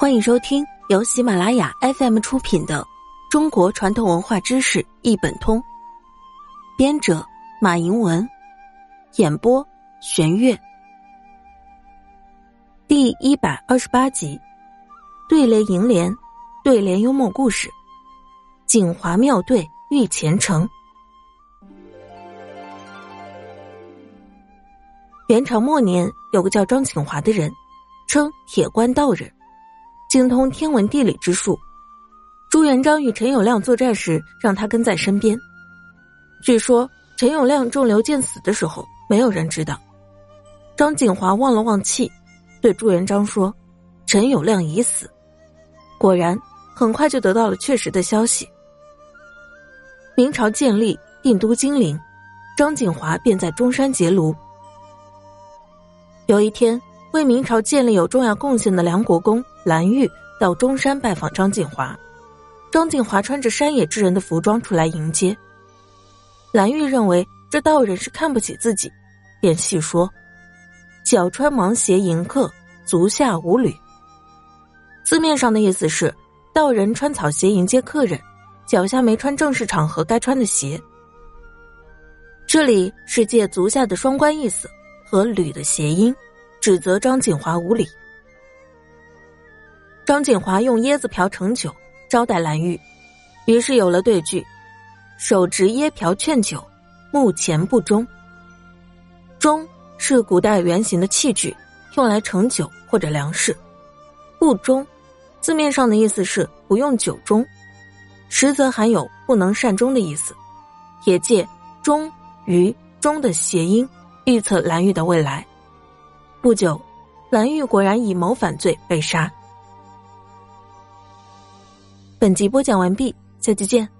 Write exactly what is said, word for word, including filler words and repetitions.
欢迎收听由喜马拉雅 F M 出品的《中国传统文化知识一本通》，编者马迎文，演播玄月。第一百二十八集，对联楹联，对联幽默故事，锦华妙对遇前程。元朝末年，有个叫张景华的人，称铁官道人，精通天文地理之术。朱元璋与陈友谅作战时，让他跟在身边。据说陈友谅中流箭死的时候，没有人知道。张景华望了望气，对朱元璋说：“陈友谅已死。”果然，很快就得到了确实的消息。明朝建立，定都金陵，张景华便在中山结庐。有一天，为明朝建立有重要贡献的梁国公蓝玉到中山拜访张景华。张景华穿着山野之人的服装出来迎接。蓝玉认为这道人是看不起自己，便细说：“脚穿芒鞋迎客，足下无履。”字面上的意思是道人穿草鞋迎接客人，脚下没穿正式场合该穿的鞋。这里是借足下的双关意思和履的谐音，指责张景华无礼。张景华用椰子瓢盛酒招待蓝玉，于是有了对句：手执椰瓢劝酒，目前不中。钟是古代圆形的器具，用来盛酒或者粮食。不中字面上的意思是不用酒盅，实则含有不能善终的意思，也借钟与钟的谐音预测蓝玉的未来。不久，蓝玉果然以谋反罪被杀。本集播讲完毕，下期见。